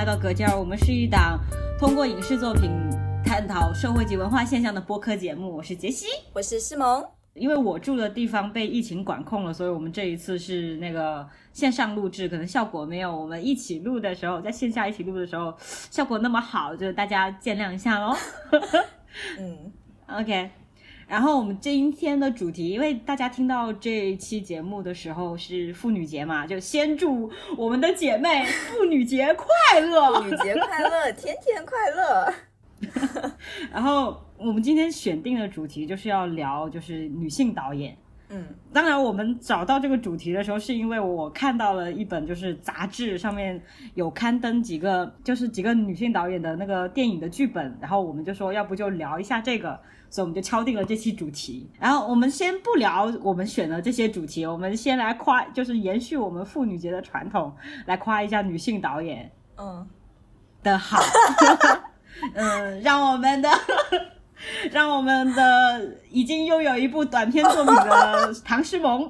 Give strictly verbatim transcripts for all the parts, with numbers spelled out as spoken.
来到隔间儿，我们是一档通过影视作品探讨社会及文化现象的播客节目。我是杰西， 我是诗萌。 因为我住的地方被疫情管控了，所以我们这一次是那个线上录制，可能效果没有我们一起录的时候，在线下一起录的时候效果那么好，就是大家见谅一下咯。 嗯 OK， 然后我们今天的主题，因为大家听到这一期节目的时候是妇女节嘛，就先祝我们的姐妹妇女节快乐， 妇女节快乐，天天快乐。 然后我们今天选定的主题就是要聊就是女性导演。 嗯， 当然我们找到这个主题的时候是因为我看到了一本就是杂志上面有刊登几个就是几个女性导演的那个电影的剧本，然后我们就说要不就聊一下这个，所以我们就敲定了这期主题。然后我们先不聊我们选的这些主题，我们先来夸，就是延续我们妇女节的传统，来夸一下女性导演嗯的好。嗯，让我们的让我们的已经拥有一部短片作品的唐诗萌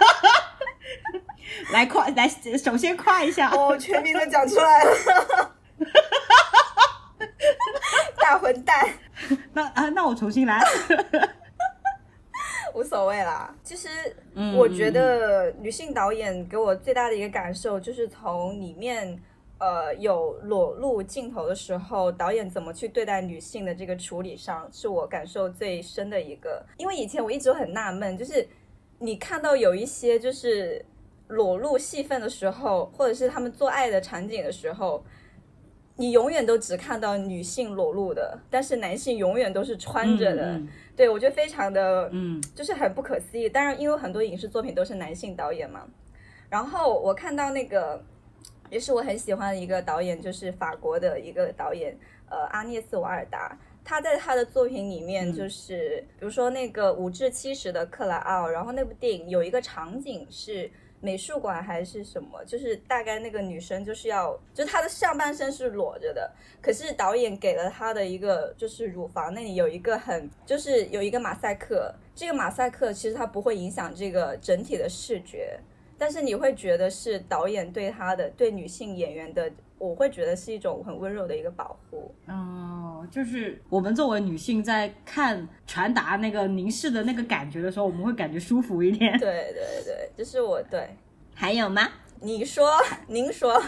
来夸，来首先夸一下。 哦，全名都讲出来了。大混蛋。 那啊，那我重新来。 无所谓啦。其实我觉得女性导演给我最大的一个感受就是从里面呃，有裸露镜头的时候，导演怎么去对待女性的这个处理上，是我感受最深的一个。因为以前我一直很纳闷，就是你看到有一些就是裸露戏份的时候，或者是他们做爱的场景的时候，你永远都只看到女性裸露的，但是男性永远都是穿着的。 嗯嗯对，我觉得非常的， 嗯， 就是很不可思议。当然，因为很多影视作品都是男性导演嘛。然后我看到那个。也是我很喜欢的一个导演，就是法国的一个导演，呃，阿涅斯·瓦尔达。他在他的作品里面，就是、嗯、比如说那个五至七十的克莱奥，然后那部电影有一个场景是美术馆还是什么，就是大概那个女生就是要，就是她的上半身是裸着的，可是导演给了她的一个就是乳房那里有一个很就是有一个马赛克，这个马赛克其实它不会影响这个整体的视觉。但是你会觉得是导演对他的对女性演员的，我会觉得是一种很温柔的一个保护。 哦，就是我们作为女性在看传达那个凝视的那个感觉的时候，我们会感觉舒服一点。 对对对，这是我对。 还有吗？ 你说，您说。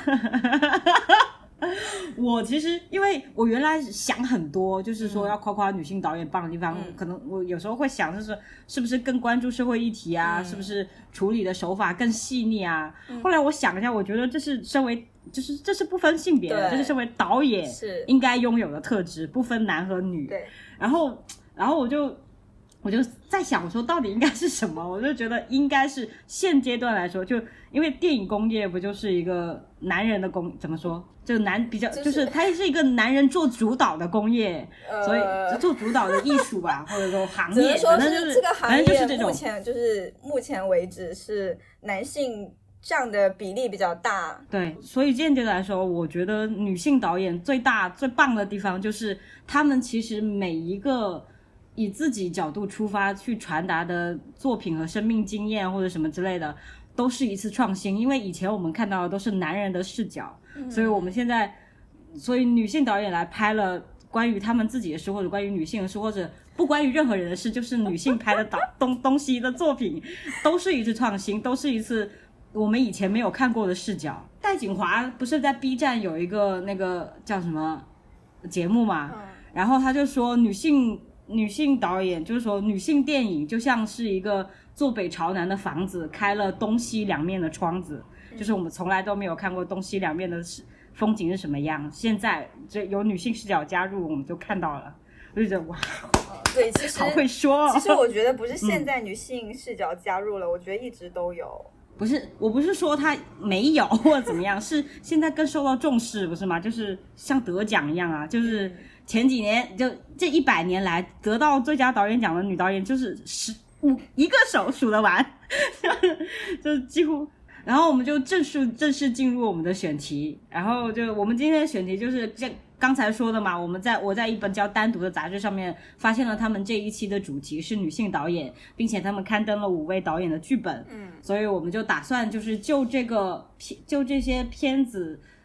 我其实因为我原来想很多，就是说要夸夸女性导演棒的地方、嗯、可能我有时候会想就是是不是更关注社会议题啊、嗯、是不是处理的手法更细腻啊、嗯、后来我想一下，我觉得这是身为就是这是不分性别的，这是身为导演应该拥有的特质，不分男和女。 对， 然后然后我就我就在想说到底应该是什么，我就觉得应该是现阶段来说，就因为电影工业不就是一个男人的工，怎么说就男比较、就是、就是它是一个男人做主导的工业、呃、所以就做主导的艺术吧或者说行业， 只能说是这个行业目前就是目前为止是男性占的比例比较大。 对，所以间接来说我觉得女性导演最大最棒的地方就是他们其实每一个以自己角度出发去传达的作品和生命经验或者什么之类的都是一次创新。因为以前我们看到的都是男人的视角、嗯、所以我们现在所以女性导演来拍了关于他们自己的事或者关于女性的事或者不关于任何人的事，就是女性拍的东东西的作品都是一次创新，都是一次我们以前没有看过的视角。戴锦华不是在 B 站有一个那个叫什么节目嘛、嗯、然后他就说女性女性导演就是说女性电影就像是一个坐北朝南的房子，开了东西两面的窗子、嗯、就是我们从来都没有看过东西两面的风景是什么样，现在就有女性视角加入我们就看到了，我就觉得哇、 哦、对，其实好会说。 其实我觉得不是现在女性视角加入了、嗯、我觉得一直都有。 不是，我不是说他没有或者怎么样，是现在更受到重视，不是吗？就是像得奖一样啊，就是前几年就这一百年来得到最佳导演奖的女导演就是十五一个手数得完，就几乎。然后我们就正式正式进入我们的选题，然后就我们今天的选题就是这刚才说的嘛，我们在我在一本叫单独的杂志上面发现了他们这一期的主题是女性导演，并且他们刊登了五位导演的剧本， 嗯， 所以我们就打算就是就这个就这些片子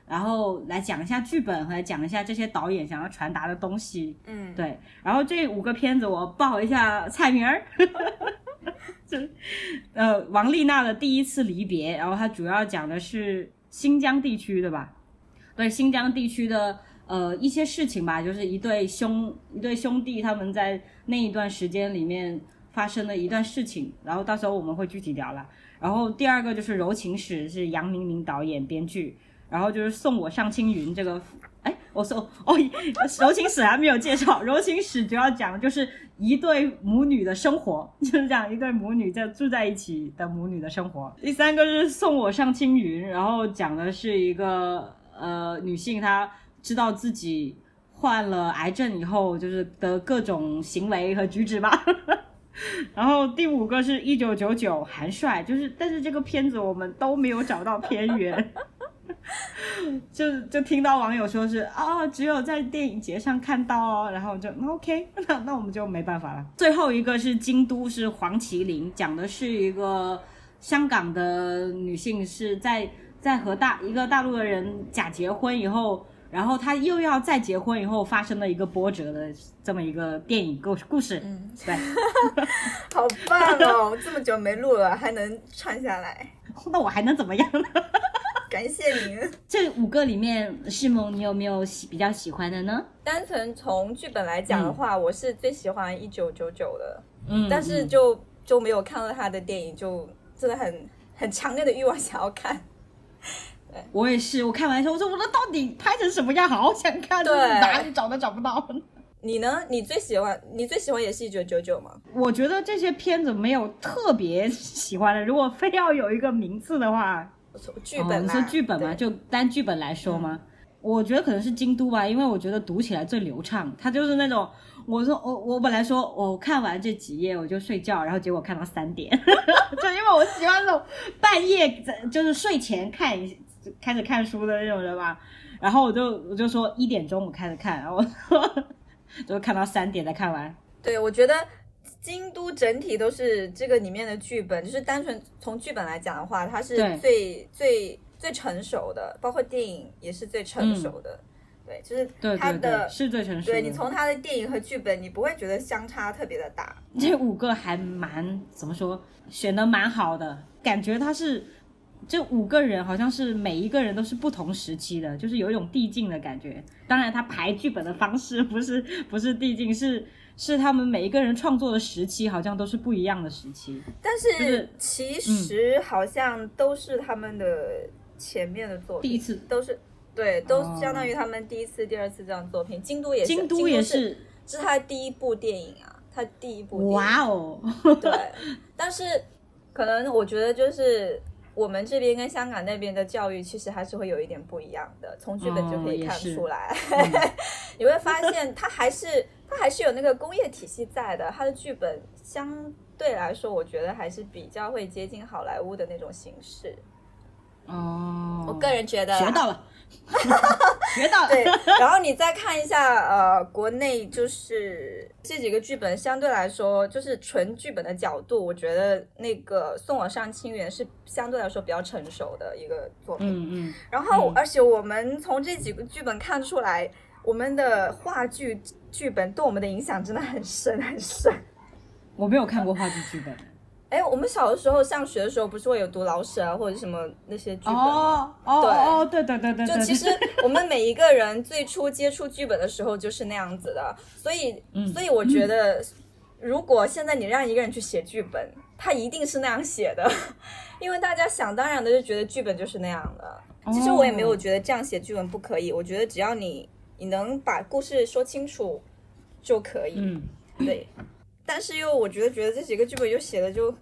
然后来讲一下剧本，和来讲一下这些导演想要传达的东西。 嗯， 对。然后这五个片子我报一下菜名儿，就呃王丽娜的第一次离别，然后它主要讲的是新疆地区的吧？对，新疆地区的呃一些事情吧，就是一对兄一对兄弟他们在那一段时间里面发生的一段事情，然后到时候我们会具体聊了。然后第二个就是《柔情史》，是杨明明导演编剧。然后就是送我上青云这个，哎，我说哦，柔情史还没有介绍，柔情史主要讲的就是一对母女的生活，就是讲一对母女在住在一起的母女的生活。第三个是送我上青云，然后讲的是一个呃女性，她知道自己患了癌症以后，就是的各种行为和举止吧。然后第五个是一九九九韩帅，就是但是这个片子我们都没有找到片源。就就听到网友说是啊，只有在电影节上看到哦，然后就那 OK， 那那我们就没办法了。最后一个是京都，是黄麒麟，讲的是一个香港的女性是在在和大一个大陆的人假结婚以后，然后她又要再结婚以后发生了一个波折的这么一个电影故故事。 嗯， 对， 好棒哦！这么久没录了，还能串下来， 那我还能怎么样呢？ 感谢您。 这五个里面，世萌你有没有喜比较喜欢的呢？ 单纯从剧本来讲的话，嗯、我是最喜欢一九九九的， 嗯， 但是就就没有看到他的电影，就真的很很强烈的欲望想要看。对， 我也是，我看完之后我说我那到底拍成什么样，好想看，对，哪里找都找不到。 你呢？你最喜欢你最喜欢也是一九九九吗？ 我觉得这些片子没有特别喜欢的，如果非要有一个名次的话。 剧本、啊哦、 你说剧本嘛，就单剧本来说嘛、嗯、我觉得可能是京都吧，因为我觉得读起来最流畅。它就是那种我说我我本来说我看完这几页我就睡觉，然后结果看到三点就因为我喜欢那种半夜就是睡前看开始看书的那种人嘛，然后我就我就说一点钟我开始看，然后就看到三点才看完。 对，我觉得京都整体都是这个里面的剧本，就是单纯从剧本来讲的话，它是最最最成熟的，包括电影也是最成熟的。嗯、对，就是它的对对对是最成熟的。 对，你从它的电影和剧本，你不会觉得相差特别的大。 这五个还蛮怎么说，选的蛮好的，感觉它是这五个人好像是每一个人都是不同时期的，就是有一种递进的感觉。当然，他排剧本的方式不是不是递进，是。是他们每一个人创作的时期好像都是不一样的时期， 但是其实好像都是他们的前面的作品， 第一次都是对，都相当于他们第一次、第二次这样作品。京都也是， 京都也是， 是他第一部电影啊，他第一部电影。 哇哦， 对，但是可能我觉得就是我们这边跟香港那边的教育其实还是会有一点不一样的，从剧本就可以看出来。哦嗯、你会发现它还是它还是有那个工业体系在的，它的剧本相对来说我觉得还是比较会接近好莱坞的那种形式。 哦， 我个人觉得学到了学到了。 对，然后你再看一下呃，国内就是这几个剧本相对来说就是纯剧本的角度，我觉得那个送我上青云是相对来说比较成熟的一个作品。 嗯嗯。 然后、嗯、而且我们从这几个剧本看出来，我们的话剧剧本对我们的影响真的很深很深。 我没有看过话剧剧本。 哎，我们小的时候上学的时候不是会有读老舍啊或者什么那些剧本吗？哦哦哦，对对对对对。 就其实我们每一个人最初接触剧本的时候就是那样子的，所以、嗯、所以我觉得、嗯、如果现在你让一个人去写剧本，他一定是那样写的，因为大家想当然的就觉得剧本就是那样的。其实我也没有觉得这样写剧本不可以，我觉得只要你你能把故事说清楚就可以。 嗯， 对。但是又我觉得觉得这几个剧本又写的就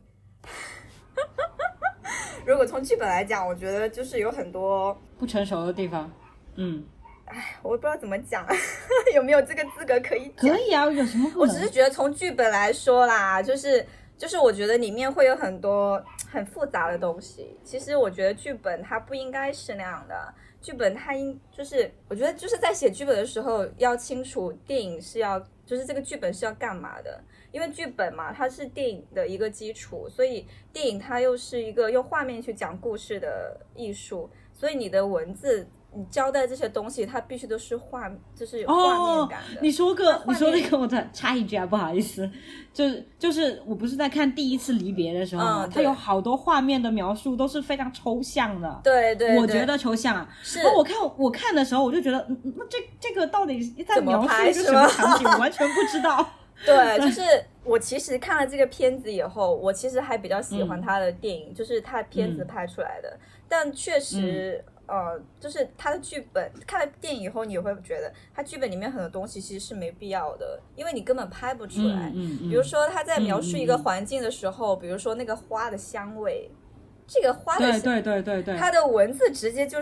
如果从剧本来讲，我觉得就是有很多不成熟的地方。嗯， 哎，我不知道怎么讲有没有这个资格可以讲。 可以啊，有什么不能？ 我只是觉得从剧本来说啦，就是就是我觉得里面会有很多很复杂的东西，其实我觉得剧本它不应该是那样的，剧本它应就是我觉得就是在写剧本的时候要清楚电影是要就是这个剧本是要干嘛的，因为剧本嘛它是电影的一个基础，所以电影它又是一个用画面去讲故事的艺术，所以你的文字你交代这些东西，它必须都是画，就是有画面感的。 哦、你说个，你说那个，我再插一句啊，不好意思，就是就是我不是在看第一次离别的时候嘛，嗯、它有好多画面的描述都是非常抽象的。 对对对， 我觉得抽象啊。 是。 然后我看我看的时候，我就觉得，那这这个到底在描述一个什么场景，我完全不知道。 对，就是我其实看了这个片子以后，我其实还比较喜欢他的电影，嗯、就是他片子拍出来的，嗯、但确实。嗯呃，就是他的剧本，看了电影以后，你会觉得他剧本里面很多东西其实是没必要的，因为你根本拍不出来。 嗯嗯嗯、 比如说他在描述一个环境的时候，嗯嗯、比如说那个花的香味，这个花的对对对对对， 他的文字直接就是，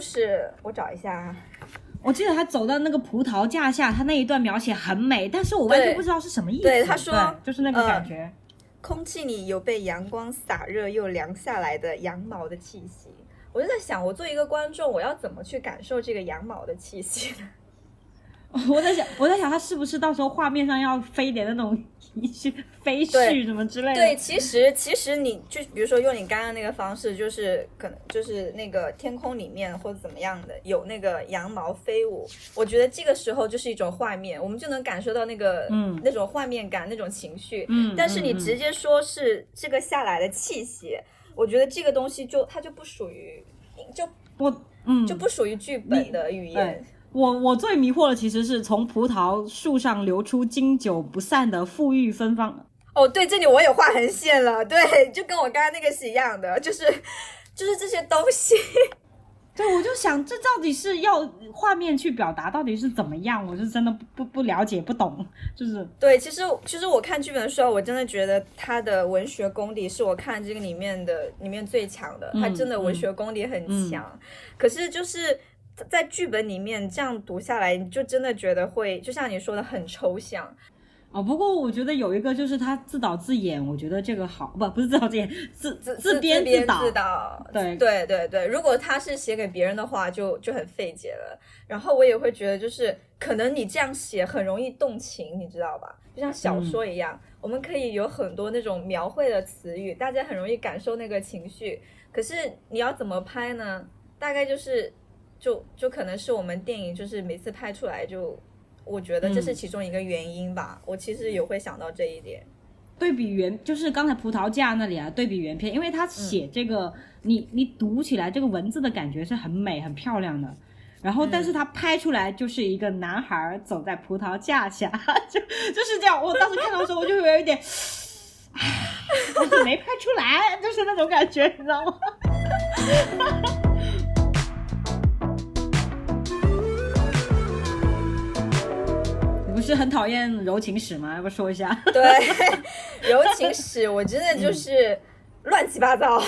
我找一下啊， 我记得他走到那个葡萄架下，他那一段描写很美，但是我完全不知道是什么意思。 对，他说就是那个感觉、呃， 空气里有被阳光洒热又凉下来的羊毛的气息。我就在想，我作为一个观众，我要怎么去感受这个羊毛的气息呢？ 我在想，我在想，他是不是到时候画面上要飞点那种飞絮什么之类的？ 对，其实其实你就比如说用你刚刚那个方式，就是可能就是那个天空里面或者怎么样的有那个羊毛飞舞，我觉得这个时候就是一种画面，我们就能感受到那个嗯那种画面感那种情绪。 嗯， 但是你直接说是这个下来的气息。我觉得这个东西就它就不属于，就我嗯就不属于剧本的语言。 我我最迷惑的其实是从葡萄树上流出经久不散的馥郁芬芳。 哦，对，这里我有画横线了，对，就跟我刚刚那个是一样的，就是就是这些东西。 对，我就想这到底是要画面去表达到底是怎么样，我就真的不不不了解不懂，就是对，其实其实我看剧本的时候，我真的觉得他的文学功底是我看这个里面的里面最强的，他真的文学功底很强。嗯嗯、可是就是在剧本里面这样读下来，你就真的觉得会，就像你说的很抽象。 哦，不过我觉得有一个就是他自导自演，我觉得这个好，不不是自导自演，自自自编自导， 自导， 对对对对。如果他是写给别人的话，就就很费解了。然后我也会觉得，就是可能你这样写很容易动情，你知道吧？就像小说一样，嗯、我们可以有很多那种描绘的词语，大家很容易感受那个情绪。可是你要怎么拍呢？大概就是就就可能是我们电影就是每次拍出来就。我觉得这是其中一个原因吧、嗯、我其实也会想到这一点。 对比原就是刚才葡萄架那里啊，对比原片，因为他写这个、嗯、你你读起来这个文字的感觉是很美很漂亮的，然后但是他拍出来就是一个男孩走在葡萄架下就就是这样。我当时看到的时候我就有一点但是没拍出来，就是那种感觉，你知道吗？不是很讨厌柔情史吗？要不说一下？ 对，柔情史我真的就是乱七八糟，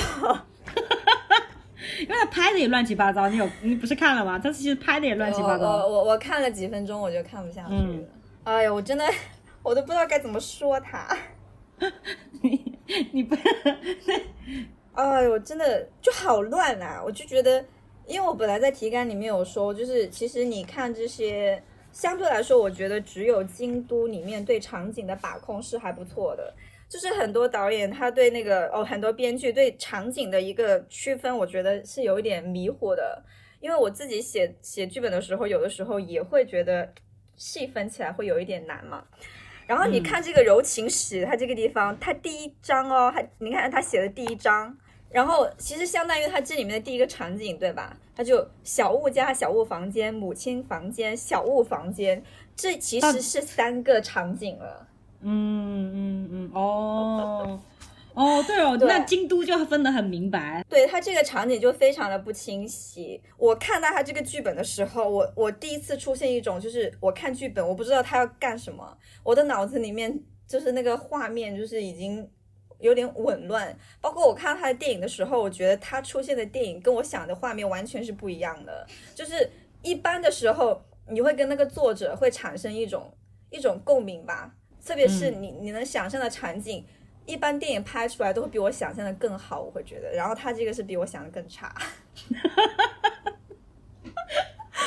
因为他拍的也乱七八糟。你有你不是看了吗？他其实拍的也乱七八糟。 我我我我看了几分钟我就看不下去了。嗯、哎呀，我真的我都不知道该怎么说他。 你你不， 哎呦，真的就好乱啊！我就觉得，因为我本来在提纲里面有说，就是其实你看这些。相对来说我觉得只有京都里面对场景的把控是还不错的，就是很多导演他对那个哦很多编剧对场景的一个区分我觉得是有一点迷糊的，因为我自己写写剧本的时候有的时候也会觉得细分起来会有一点难嘛。然后你看这个柔情史，它这个地方它第一章哦，它你看它写的第一章，然后其实相当于它这里面的第一个场景对吧，它就小物家小物房间母亲房间小物房间，这其实是三个场景了。 嗯嗯嗯哦哦对哦对，那京都就分得很明白。 对，它这个场景就非常的不清晰。我看到它这个剧本的时候，我我第一次出现一种就是我看剧本我不知道他要干什么，我的脑子里面就是那个画面就是已经有点紊乱，包括我看他的电影的时候，我觉得他出现的电影跟我想的画面完全是不一样的。就是一般的时候你会跟那个作者会产生一种一种共鸣吧，特别是你你能想象的场景、嗯、一般电影拍出来都会比我想象的更好，我会觉得，然后他这个是比我想的更差。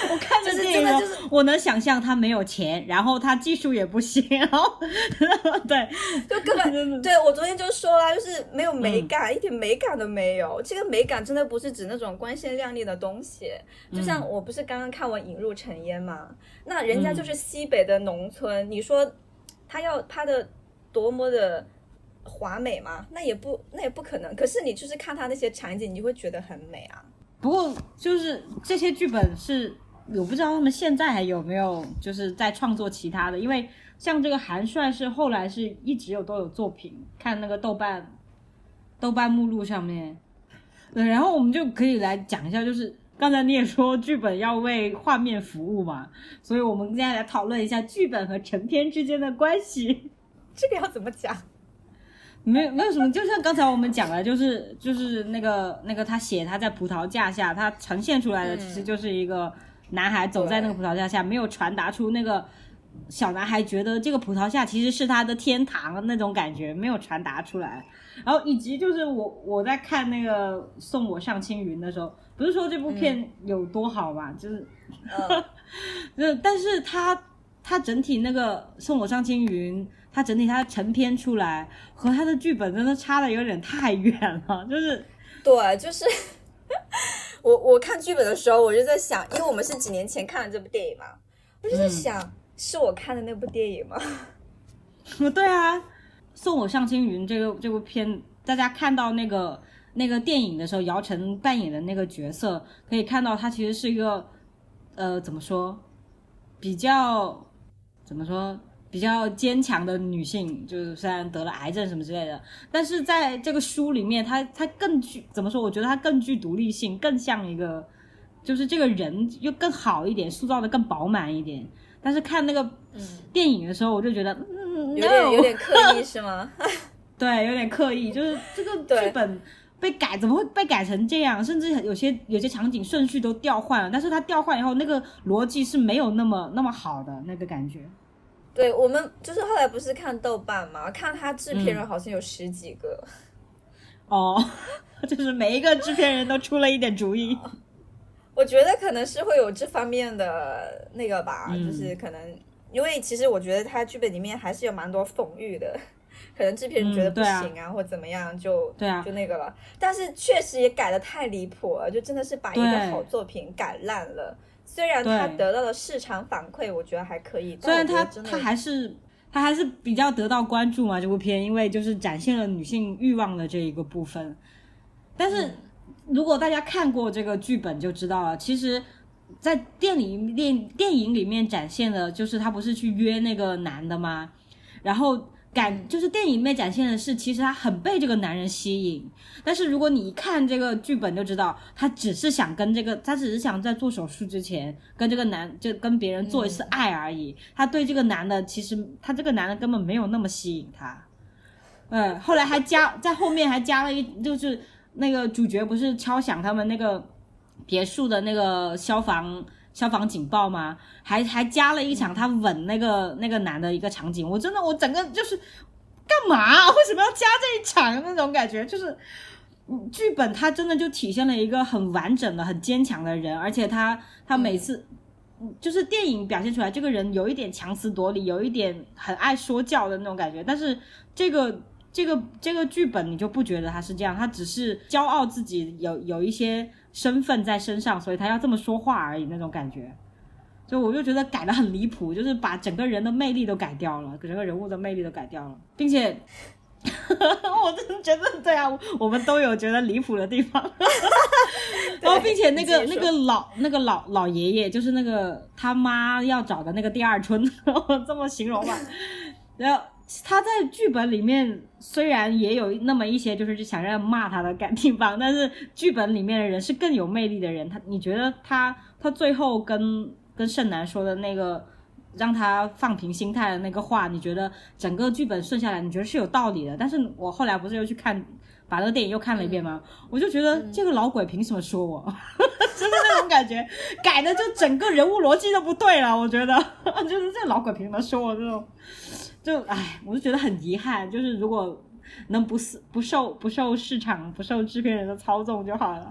我看着电影的时候、就是、我能想象他没有钱，然后他技术也不行，然后对， 就根本对我昨天就说了，就是没有美感、嗯、一点美感都没有。这个美感真的不是指那种光鲜亮丽的东西，就像我不是刚刚看完《引入尘烟》嘛，那人家就是西北的农村、嗯、你说他要拍的多么的华美吗？那也不那也不可能。可是你就是看他那些场景，你就会觉得很美啊。 不过就是这些剧本是我不知道他们现在还有没有就是在创作其他的，因为像这个韩帅是后来是一直有都有作品，看那个豆瓣豆瓣目录上面。对，然后我们就可以来讲一下，就是刚才你也说剧本要为画面服务嘛，所以我们现在来讨论一下剧本和成片之间的关系。 这个要怎么讲？ 没有没有什么，就像刚才我们讲的，就是就是那个那个他写他在葡萄架下，他呈现出来的其实就是一个男孩走在那个葡萄架下，没有传达出那个小男孩觉得这个葡萄架其实是他的天堂那种感觉，没有传达出来。然后以及就是我我在看那个送我上青云的时候，不是说这部片有多好嘛，嗯、就是，呃，但是他他整体那个送我上青云。他整体他成片出来和他的剧本真的差的有点太远了，就是对，就是我我看剧本的时候我就在想，因为我们是几年前看的这部电影嘛，我就在想、嗯、是我看的那部电影吗？ 对啊，送我上青云这个这部片，大家看到那个那个电影的时候，姚晨扮演的那个角色，可以看到他其实是一个呃怎么说比较怎么说比较坚强的女性，就是虽然得了癌症什么之类的，但是在这个书里面她她更具怎么说，我觉得她更具独立性，更像一个就是这个人又更好一点，塑造的更饱满一点。但是看那个电影的时候我就觉得嗯有点有点刻意是吗？ 对，有点刻意，就是这个剧本被改怎么会被改成这样，甚至有些有些场景顺序都调换了，但是它调换以后那个逻辑是没有那么那么好的那个感觉。 对，我们就是后来不是看豆瓣嘛，看他制片人好像有十几个、 嗯、哦，就是每一个制片人都出了一点主意。 我觉得可能是会有这方面的那个吧、嗯、就是可能因为其实我觉得他剧本里面还是有蛮多讽喻的，可能制片人觉得不行啊、嗯、或怎么样就对啊就那个了，但是确实也改得太离谱了，就真的是把一个好作品改烂了。虽然他得到了市场反馈我觉得还可以， 虽然他他还是他还是比较得到关注嘛这部片，因为就是展现了女性欲望的这一个部分。但是如果大家看过这个剧本就知道了，其实在电影电电影里面展现的就是他不是去约那个男的吗，然后感就是电影里面展现的是其实他很被这个男人吸引，但是如果你一看这个剧本就知道他只是想跟这个他只是想在做手术之前跟这个男就跟别人做一次爱而已、嗯、他对这个男的其实他这个男的根本没有那么吸引他。嗯，后来还加在后面还加了一就是那个主角不是敲响他们那个别墅的那个消防消防警报吗？还还加了一场他吻那个那个男的一个场景，我真的我整个就是干嘛？为什么要加这一场那种感觉？就是剧本它真的就体现了一个很完整的、很坚强的人，而且他他每次、嗯、就是电影表现出来这个人有一点强词夺理，有一点很爱说教的那种感觉，但是这个这个这个剧本你就不觉得他是这样，他只是骄傲自己有有一些身份在身上，所以他要这么说话而已那种感觉。所以我就觉得改得很离谱，就是把整个人的魅力都改掉了，整个人物的魅力都改掉了，并且我真的觉得对啊，我们都有觉得离谱的地方然后并且那个那个老那个老老爷爷就是那个他妈要找的那个第二春这么形容吧然后他在剧本里面虽然也有那么一些就是想让骂他的地方，但是剧本里面的人是更有魅力的人。他你觉得他他最后跟跟盛楠说的那个让他放平心态的那个话，你觉得整个剧本顺下来你觉得是有道理的，但是我后来不是又去看把那个电影又看了一遍吗、嗯、我就觉得这个老鬼凭什么说我、嗯、就是那种感觉改的就整个人物逻辑都不对了，我觉得就是这个老鬼凭什么说我这种就唉，我就觉得很遗憾，就是如果能不不受不受市场不受制片人的操纵就好了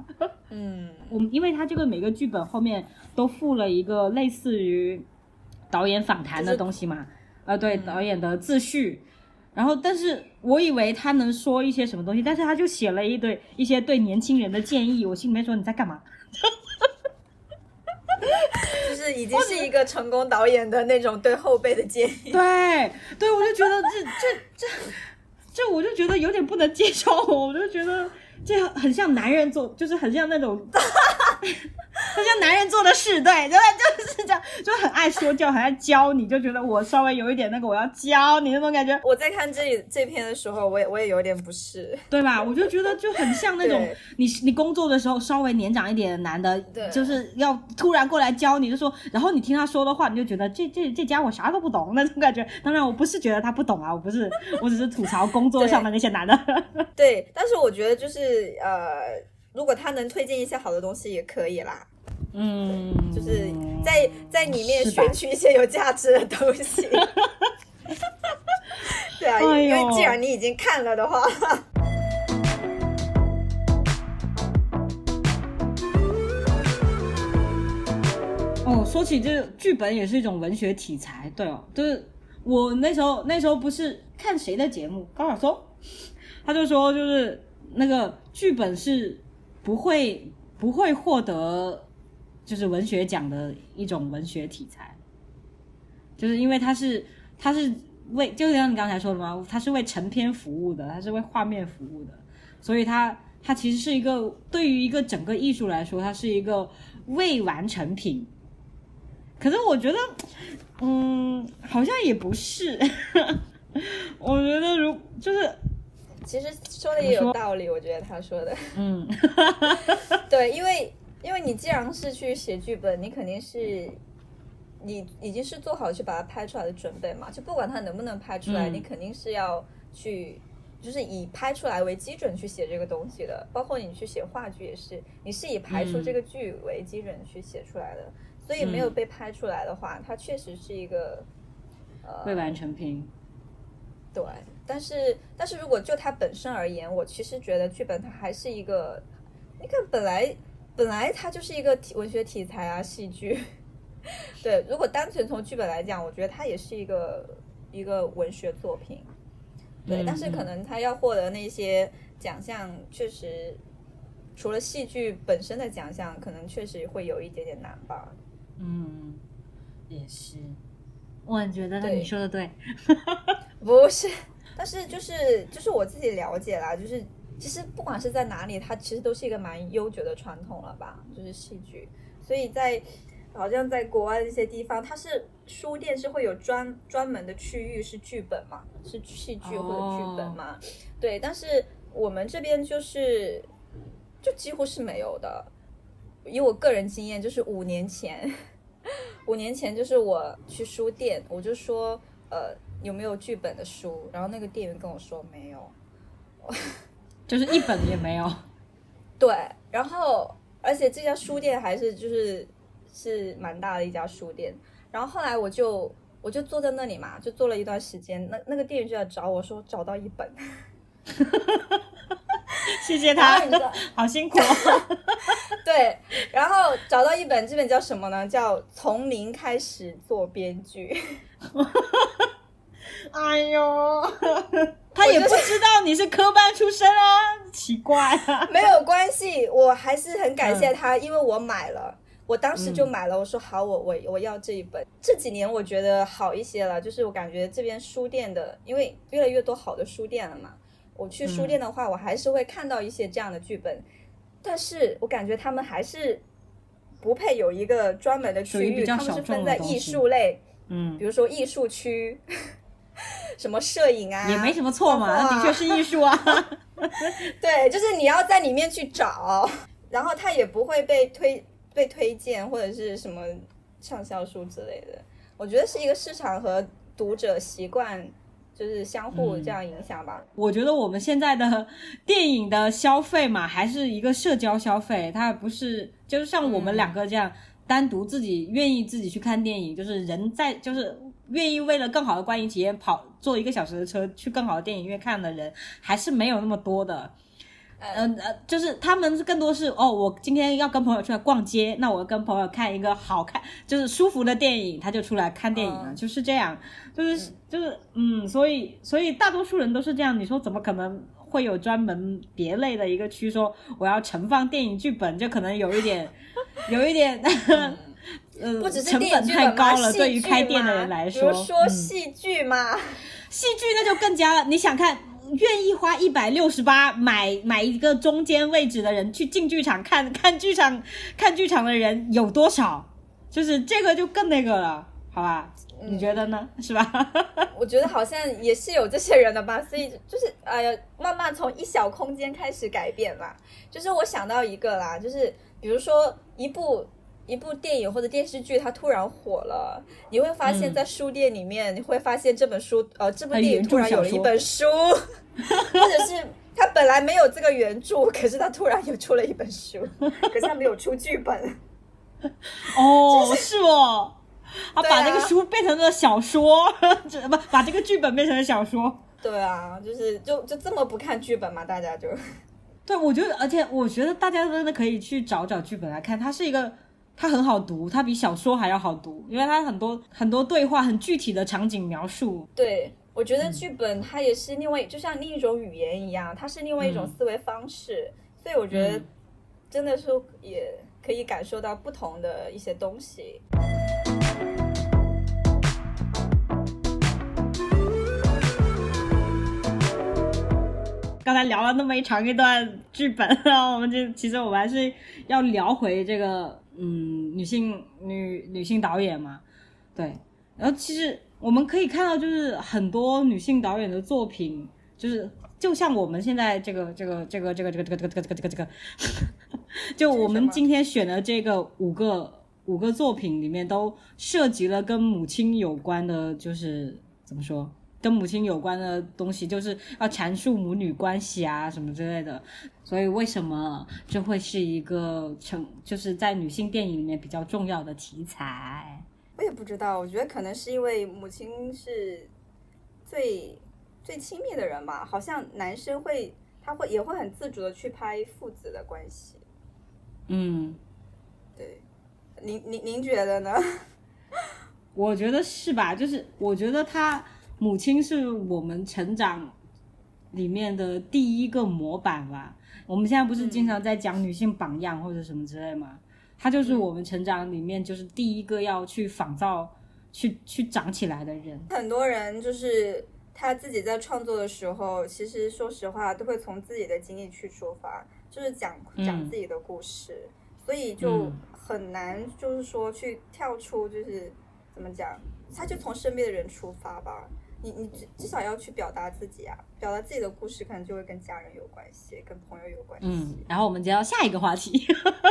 嗯， 我们因为他这个每个剧本后面都附了一个类似于导演访谈的东西嘛，呃，对，导演的自序。然后，但是我以为他能说一些什么东西，但是他就写了一堆一些对年轻人的建议，我心里面说你在干嘛？ 就是已经是一个成功导演的那种对后辈的建议。 对，对，我就觉得这这这这，我就觉得有点不能接受，我就觉得这很像男人做，就是很像那种。很像男人做的事，对，就是这样，就很爱说教，很爱教你，就觉得我稍微有一点那个，我要教你那种感觉。 我在看这这篇的时候，我也我也有点不适， 对吧？我就觉得就很像那种你你工作的时候稍微年长一点的男的，就是要突然过来教你，就说，然后你听他说的话，你就觉得这这这家伙啥都不懂那种感觉。当然，我不是觉得他不懂啊，我不是，我只是吐槽工作上的那些男的。 对，对，但是我觉得就是呃。如果他能推荐一些好的东西也可以啦， 嗯， 就是在在里面选取一些有价值的东西。对啊， 哎、 因为既然你已经看了的话。 哦，说起这个剧本也是一种文学题材，对哦，就是我那时候那时候不是看谁的节目，高晓松，他就说就是那个剧本是。不会不会获得就是文学奖的一种文学题材，就是因为它是它是为就像你刚才说的嘛，它是为成片服务的，它是为画面服务的，所以它它其实是一个对于一个整个艺术来说，它是一个未完成品。可是我觉得，嗯，好像也不是，我觉得如就是。 其实说的也有道理，我觉得他说的， 嗯， 对，因为因为你既然是去写剧本，你肯定是你已经是做好去把它拍出来的准备嘛，就不管它能不能拍出来，嗯、你肯定是要去，就是以拍出来为基准去写这个东西的。包括你去写话剧也是，你是以排出这个剧为基准去写出来的，嗯、所以没有被拍出来的话，它确实是一个呃未完成品。 对。但是，但是如果就它本身而言，我其实觉得剧本它还是一个，你看本来本来它就是一个文学题材啊，戏剧。对，如果单纯从剧本来讲，我觉得它也是一个一个文学作品。对，嗯、但是可能它要获得那些奖项，确实除了戏剧本身的奖项，可能确实会有一点点难吧。 嗯，也是，我觉得你说的对。 不是。但是就是就是我自己了解啦，就是其实不管是在哪里，它其实都是一个蛮悠久的传统了吧，就是戏剧。所以在好像在国外的一些地方，它是书店是会有专专门的区域是剧本嘛，是戏剧或者剧本嘛。Oh. 对，但是我们这边就是就几乎是没有的。以我个人经验，就是五年前，五年前就是我去书店，我就说呃。有没有剧本的书？然后那个店员跟我说没有， 就是一本也没有。 对，然后而且这家书店还是就是是蛮大的一家书店。然后后来我就我就坐在那里嘛，就坐了一段时间。那那个店员就要找我说找到一本， 谢谢他，好辛苦。 对，然后找到一本，这本叫什么呢？叫《从零开始做编剧》。 哎呦，他也不知道你是科班出身啊，奇怪啊。 没有关系，我还是很感谢他，嗯、因为我买了，我当时就买了。我说好，我我我要这一本。这几年我觉得好一些了，就是我感觉这边书店的，因为越来越多好的书店了嘛。我去书店的话，嗯、我还是会看到一些这样的剧本，但是我感觉他们还是不配有一个专门的区域，他们是分在艺术类，嗯，比如说艺术区。什么摄影啊， 也没什么错嘛，那的确是艺术啊。 对，就是你要在里面去找，然后它也不会被推被推荐或者是什么畅销书之类的。我觉得是一个市场和读者习惯就是相互这样影响吧。 嗯、我觉得我们现在的电影的消费嘛，还是一个社交消费，它不是就是像我们两个这样。嗯单独自己愿意自己去看电影，就是人在就是愿意为了更好的观影体验跑坐一个小时的车去更好的电影院看的人还是没有那么多的。 呃呃，就是他们更多是哦，我今天要跟朋友出来逛街，那我跟朋友看一个好看就是舒服的电影，他就出来看电影了，嗯、就是这样，就是就是嗯，所以所以大多数人都是这样，你说怎么可能会有专门别类的一个区说我要盛放电影剧本，就可能有一点有一点。嗯呃，不只是成本太高了，对于开店的人来说， 比如说戏剧嘛， 嗯、戏剧那就更加了。你想看，愿意花一百六十八买买一个中间位置的人去进剧场看看剧场看剧场的人有多少？就是这个就更那个了，好吧？嗯、你觉得呢？是吧？ 我觉得好像也是有这些人的吧，所以就是哎呀，慢慢从一小空间开始改变啦。就是我想到一个啦，就是比如说一部。一部电影或者电视剧它突然火了，你会发现在书店里面、嗯、你会发现这本书呃这部电影突然有了一本书或者是它本来没有这个原著，可是它突然又出了一本书，可是它没有出剧本哦、就是、是哦，他把这个书变成了小说不把这个剧本变成了小说。 对啊，就是就就这么不看剧本嘛，大家就对，我觉得而且我觉得大家真的可以去找找剧本来看，它是一个它很好读，它比小说还要好读，因为它很多很多对话，很具体的场景描述。 对，我觉得剧本它也是另外、嗯、就像另一种语言一样，它是另外一种思维方式、嗯、所以我觉得真的是也可以感受到不同的一些东西。 刚才聊了那么一长一段剧本，然后我们就其实我们还是要聊回这个嗯女性女女性导演嘛，对，然后其实我们可以看到就是很多女性导演的作品，就是就像我们现在这个这个这个这个这个这个这个这个这个这个，就我们今天选的这个五个五个作品里面都涉及了跟母亲有关的，就是怎么说？跟母亲有关的东西，就是要阐述母女关系啊什么之类的，所以为什么这会是一个成就是在女性电影里面比较重要的题材？ 我也不知道，我觉得可能是因为母亲是最最亲密的人吧，好像男生会他会也会很自主的去拍父子的关系。 嗯， 对，您您您觉得呢？ 我觉得是吧，就是我觉得他。母亲是我们成长里面的第一个模板吧，我们现在不是经常在讲女性榜样或者什么之类吗？她就是我们成长里面就是第一个要去仿造去去长起来的人。 很多人就是他自己在创作的时候，其实说实话都会从自己的经历去出发，就是讲讲自己的故事、嗯、所以就很难就是说去跳出，就是怎么讲，他就从身边的人出发吧，你你至少要去表达自己啊，表达自己的故事，可能就会跟家人有关系，跟朋友有关系。 嗯，然后我们接到下一个话题。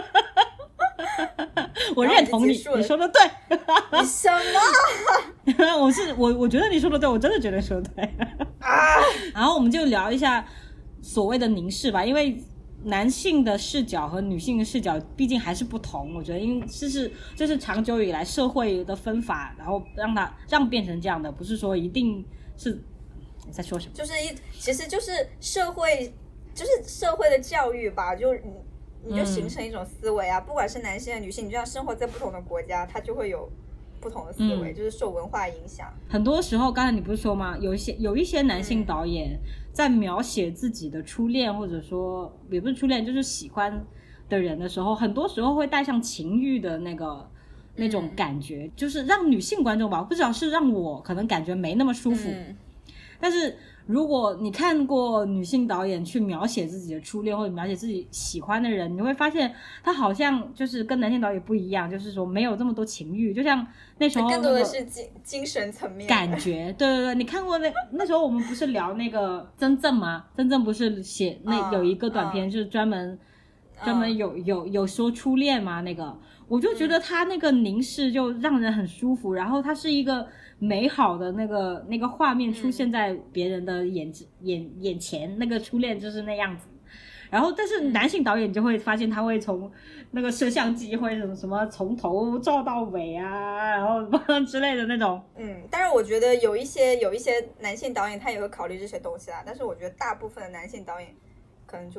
我认同你，你说的对。 你什么？ 我是我，我觉得你说的对，我真的觉得说的对。啊！然后我们就聊一下所谓的凝视吧，因为男性的视角和女性的视角毕竟还是不同，我觉得因为这是这是长久以来社会的分法，然后让它让变成这样的，不是说一定是你在说什么， 就是一其实就是社会就是社会的教育吧，就你你就形成一种思维啊、嗯、不管是男性和女性，你就像生活在不同的国家，它就会有不同的思维、嗯、就是受文化影响。 很多时候刚才你不是说吗，有一些有一些男性导演在描写自己的初恋、嗯、或者说也不是初恋就是喜欢的人的时候，很多时候会带上情欲的那个那种感觉、嗯、就是让女性观众吧，不知道是让我可能感觉没那么舒服、嗯、但是如果你看过女性导演去描写自己的初恋或者描写自己喜欢的人，你会发现他好像就是跟男性导演不一样，就是说没有这么多情欲，就像那时候、那个、 更多的是精精神层面感觉。对对对，你看过那那时候我们不是聊那个真正吗？真正不是写那、uh, 有一个短片、uh, 就是专门、uh, 专门有有有说初恋吗？那个我就觉得他那个凝视就让人很舒服、嗯、然后他是一个美好的那个那个画面出现在别人的眼、嗯、眼眼前，那个初恋就是那样子。然后但是男性导演就会发现他会从那个摄像机会什么什么从头照到尾啊，然后之类的那种。 嗯，但是我觉得有一些有一些男性导演他也会考虑这些东西啦，但是我觉得大部分的男性导演可能就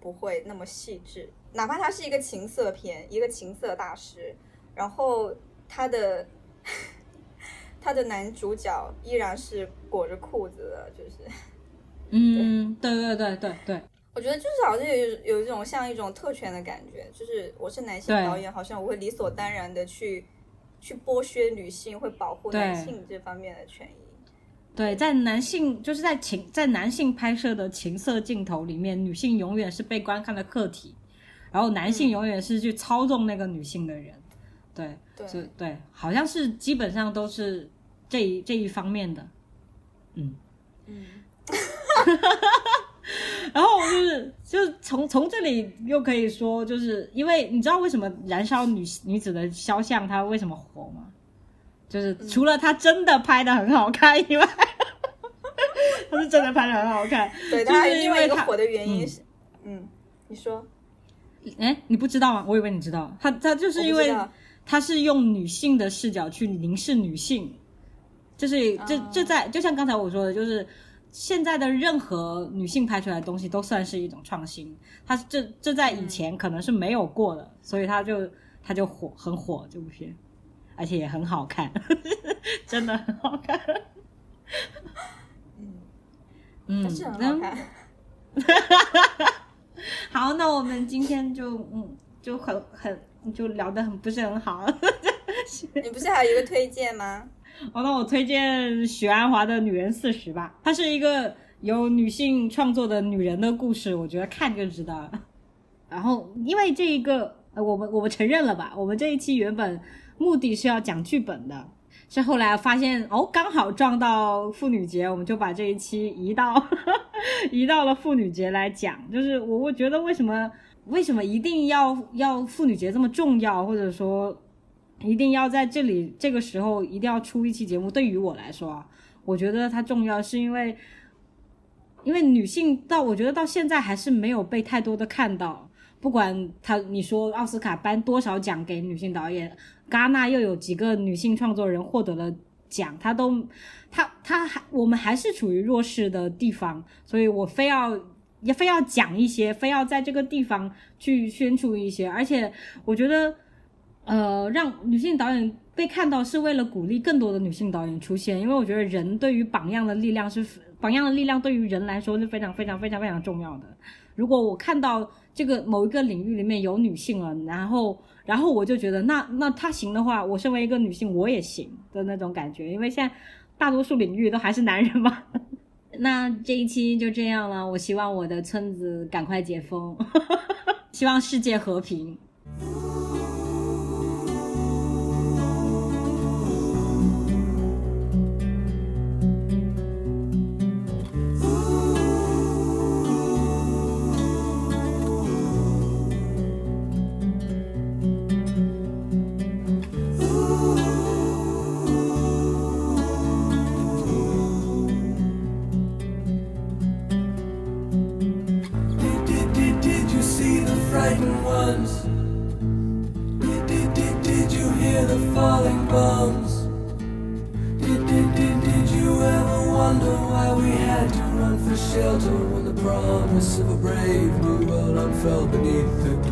不会那么细致，哪怕它是一个情色片，一个情色大师，然后他的他的男主角依然是裹着裤子的，就是嗯，对对对对对， 我觉得就是好像有有一种像一种特权的感觉，就是我是男性导演，好像我会理所当然的去去剥削女性，会保护男性这方面的权益。 对，在男性就是在情在男性拍摄的情色镜头里面，女性永远是被观看的客体，然后男性永远是去操纵那个女性的人。对对对，好像是基本上都是这一这一方面的。嗯嗯。然后就是就是从从这里又可以说，就是因为你知道为什么燃烧女女子的肖像它为什么火吗？就是除了它真的拍得很好看以外，它是真的拍得很好看。 对，它还有另外一个火的原因是，嗯，嗯你说， 哎，你不知道吗？我以为你知道。它它就是因为它是用女性的视角去凝视女性，就是这这在就像刚才我说的，就是现在的任何女性拍出来的东西都算是一种创新。它这这在以前可能是没有过的，嗯、所以它就它就火很火这部片。而且也很好看，真的很好看。 嗯嗯，是很好看。 好，那我们今天就嗯就很很就聊得很不是很好。 你不是还有一个推荐吗？ 哦，那我推荐许鞍华的《女人四十》吧。它是一个由女性创作的女人的故事，我觉得看就知道了。然后因为这一个，呃，我们我们承认了吧？我们这一期原本目的是要讲剧本的，是后来发现哦，刚好撞到妇女节，我们就把这一期移到呵呵移到了妇女节来讲。就是我我觉得为什么为什么一定要要妇女节这么重要，或者说一定要在这里这个时候一定要出一期节目？对于我来说啊，我觉得它重要是因为因为女性到我觉得到现在还是没有被太多的看到。不管他你说奥斯卡颁多少奖给女性导演，戛纳又有几个女性创作人获得了奖，他都他他还我们还是处于弱势的地方，所以我非要也非要讲一些，非要在这个地方去宣出一些。而且我觉得呃让女性导演被看到是为了鼓励更多的女性导演出现，因为我觉得人对于榜样的力量是榜样的力量对于人来说是非常非常非常非常重要的。如果我看到这个某一个领域里面有女性了，然后然后我就觉得那那她行的话，我身为一个女性我也行的那种感觉。因为现在大多数领域都还是男人嘛。那这一期就这样了，我希望我的村子赶快解封希望世界和平。 Shelter when the promise of a brave new world unfurled beneath the